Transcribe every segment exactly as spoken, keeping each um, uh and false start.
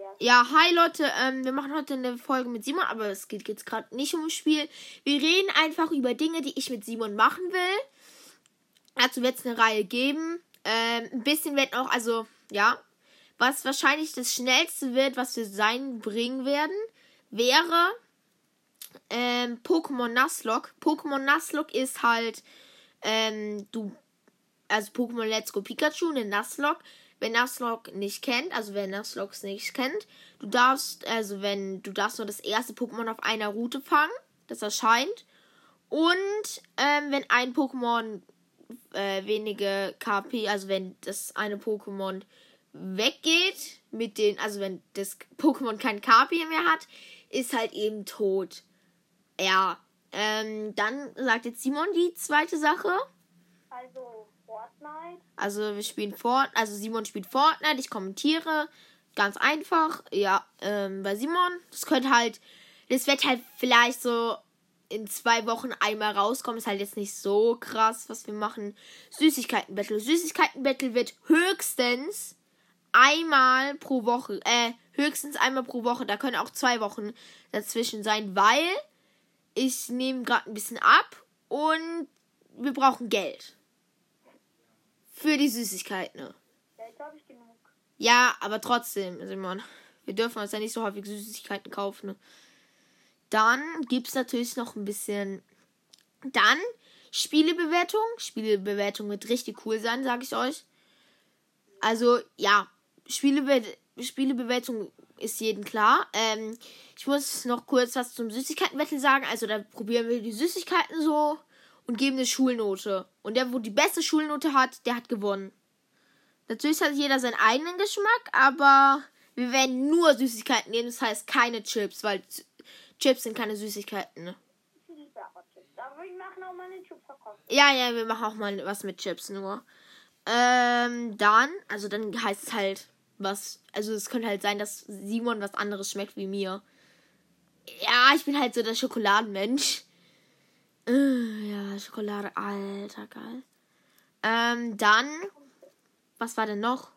Ja, hi Leute, ähm, wir machen heute eine Folge mit Simon, aber es geht jetzt gerade nicht ums Spiel. Wir reden einfach über Dinge, die ich mit Simon machen will. Dazu wird es eine Reihe geben. Ähm, ein bisschen wird auch, also, ja, was wahrscheinlich das Schnellste wird, was wir sein bringen werden, wäre ähm, Pokémon Nuzlocke. Pokémon Nuzlocke ist halt, ähm, du, also Pokémon Let's Go Pikachu, eine Nuzlocke. Wer Nuzlocke nicht kennt, also wer Nuzlocke nicht kennt, du darfst, also wenn, du darfst nur das erste Pokémon auf einer Route fangen, das erscheint. Und ähm, wenn ein Pokémon äh, wenige K P, also wenn das eine Pokémon weggeht, mit den, also wenn das Pokémon kein K P mehr hat, ist halt eben tot. Ja, ähm, dann sagt jetzt Simon die zweite Sache. Also Fortnite. Also wir spielen Fortnite, also Simon spielt Fortnite, ich kommentiere, ganz einfach, ja, ähm, bei Simon, das könnte halt, das wird halt vielleicht so in zwei Wochen einmal rauskommen, ist halt jetzt nicht so krass, was wir machen. Süßigkeiten-Battle, Süßigkeiten-Battle wird höchstens einmal pro Woche, äh, höchstens einmal pro Woche, da können auch zwei Wochen dazwischen sein, weil ich nehme gerade ein bisschen ab und wir brauchen Geld. Für die Süßigkeiten. Ne? Geld habe ich genug. Ja, aber trotzdem, Simon. Wir dürfen uns ja nicht so häufig Süßigkeiten kaufen. Ne? Dann gibt es natürlich noch ein bisschen. Dann Spielebewertung. Spielebewertung wird richtig cool sein, sage ich euch. Also, ja. Spielebe- Spielebewertung ist jedem klar. Ähm, ich muss noch kurz was zum Süßigkeitenbattle sagen. Also, da probieren wir die Süßigkeiten so. Und geben eine Schulnote. Und der, wo die beste Schulnote hat, der hat gewonnen. Natürlich hat jeder seinen eigenen Geschmack, aber wir werden nur Süßigkeiten nehmen. Das heißt keine Chips, weil Chips sind keine Süßigkeiten. Ne? Ich liebe aber Chips. Aber wir machen auch mal eine Chipsverkauf. Ja, ja, wir machen auch mal was mit Chips nur. Ähm, dann, also dann heißt es halt was, also es könnte halt sein, dass Simon was anderes schmeckt wie mir. Ja, ich bin halt so der Schokoladenmensch. Ja, Schokolade, alter, geil. Ähm, dann, was war denn noch?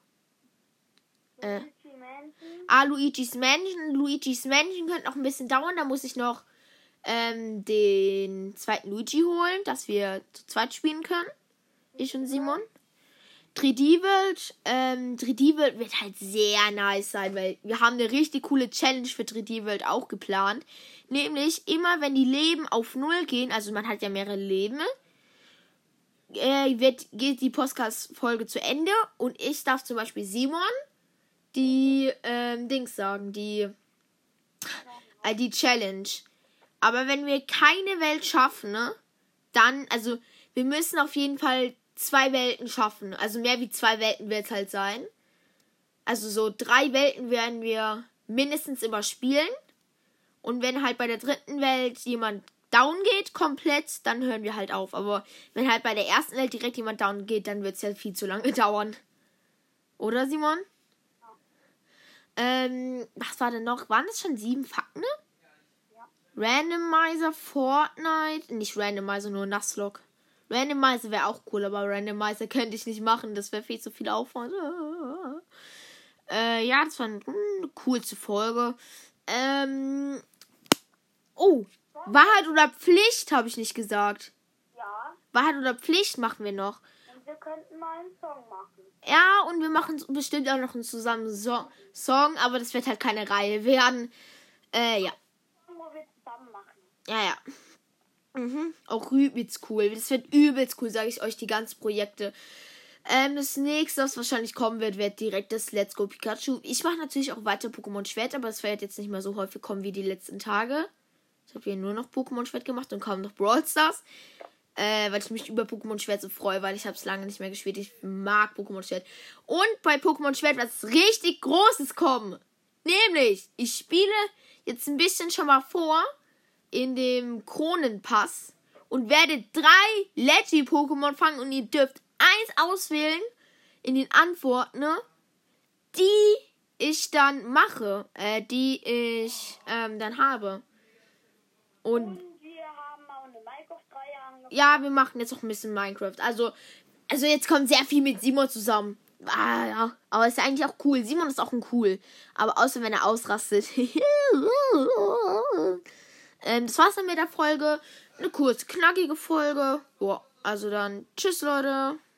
Äh, ah, Luigi's Mansion. Luigi's Mansion könnte noch ein bisschen dauern. Da muss ich noch ähm, den zweiten Luigi holen, dass wir zu zweit spielen können. Ich und Simon. drei D World. Ähm, drei D World wird halt sehr nice sein, weil wir haben eine richtig coole Challenge für drei D World auch geplant. Nämlich, immer wenn die Leben auf null gehen, also man hat ja mehrere Leben, äh, wird, geht die Podcast-Folge zu Ende und ich darf zum Beispiel Simon die ähm, Dings sagen, die, äh, die Challenge. Aber wenn wir keine Welt schaffen, ne, dann, also wir müssen auf jeden Fall zwei Welten schaffen. Also mehr wie zwei Welten wird es halt sein. Also so drei Welten werden wir mindestens überspielen. Und wenn halt bei der dritten Welt jemand down geht, komplett, dann hören wir halt auf. Aber wenn halt bei der ersten Welt direkt jemand down geht, dann wird es ja viel zu lange dauern. Oder, Simon? Ja. Ähm, was war denn noch? Waren es schon sieben Fakten? Ja. Randomizer, Fortnite, nicht Randomizer, nur Nuzlocke. Randomizer wäre auch cool, aber Randomizer könnte ich nicht machen. Das wäre viel zu viel Aufwand. Äh, ja, das war eine, eine coolste Folge. Ähm, oh, Wahrheit oder Pflicht habe ich nicht gesagt. Ja. Wahrheit oder Pflicht machen wir noch. Und wir könnten mal einen Song machen. Ja, und wir machen bestimmt auch noch einen zusammen so- Song, aber das wird halt keine Reihe werden. Äh, ja. Wo wir zusammen machen. Ja, ja. Mhm. Auch übelst cool. Das wird übelst cool, sage ich euch, die ganzen Projekte. Ähm, das nächste, was wahrscheinlich kommen wird, wird direkt das Let's Go Pikachu. Ich mache natürlich auch weiter Pokémon Schwert, aber es wird jetzt nicht mehr so häufig kommen wie die letzten Tage. Ich habe hier nur noch Pokémon Schwert gemacht und kaum noch Brawl Stars. Äh, weil ich mich über Pokémon Schwert so freue, weil ich habe es lange nicht mehr gespielt. Ich mag Pokémon Schwert. Und bei Pokémon Schwert wird was richtig Großes kommen. Nämlich, ich spiele jetzt ein bisschen schon mal vor in dem Kronenpass und werde drei Leggy-Pokémon fangen und ihr dürft eins auswählen in den Antworten, ne, die ich dann mache, äh, die ich ähm, dann habe. Und, Und wir haben auch eine Minecraft-Reihe angefangen. ja, wir machen jetzt auch ein bisschen Minecraft. Also, also jetzt kommt sehr viel mit Simon zusammen. Ah, ja. Aber ist ja eigentlich auch cool. Simon ist auch ein cool. Aber außer wenn er ausrastet. ähm, das war's dann mit der Folge. Eine kurz knackige Folge. Boah, also dann tschüss, Leute.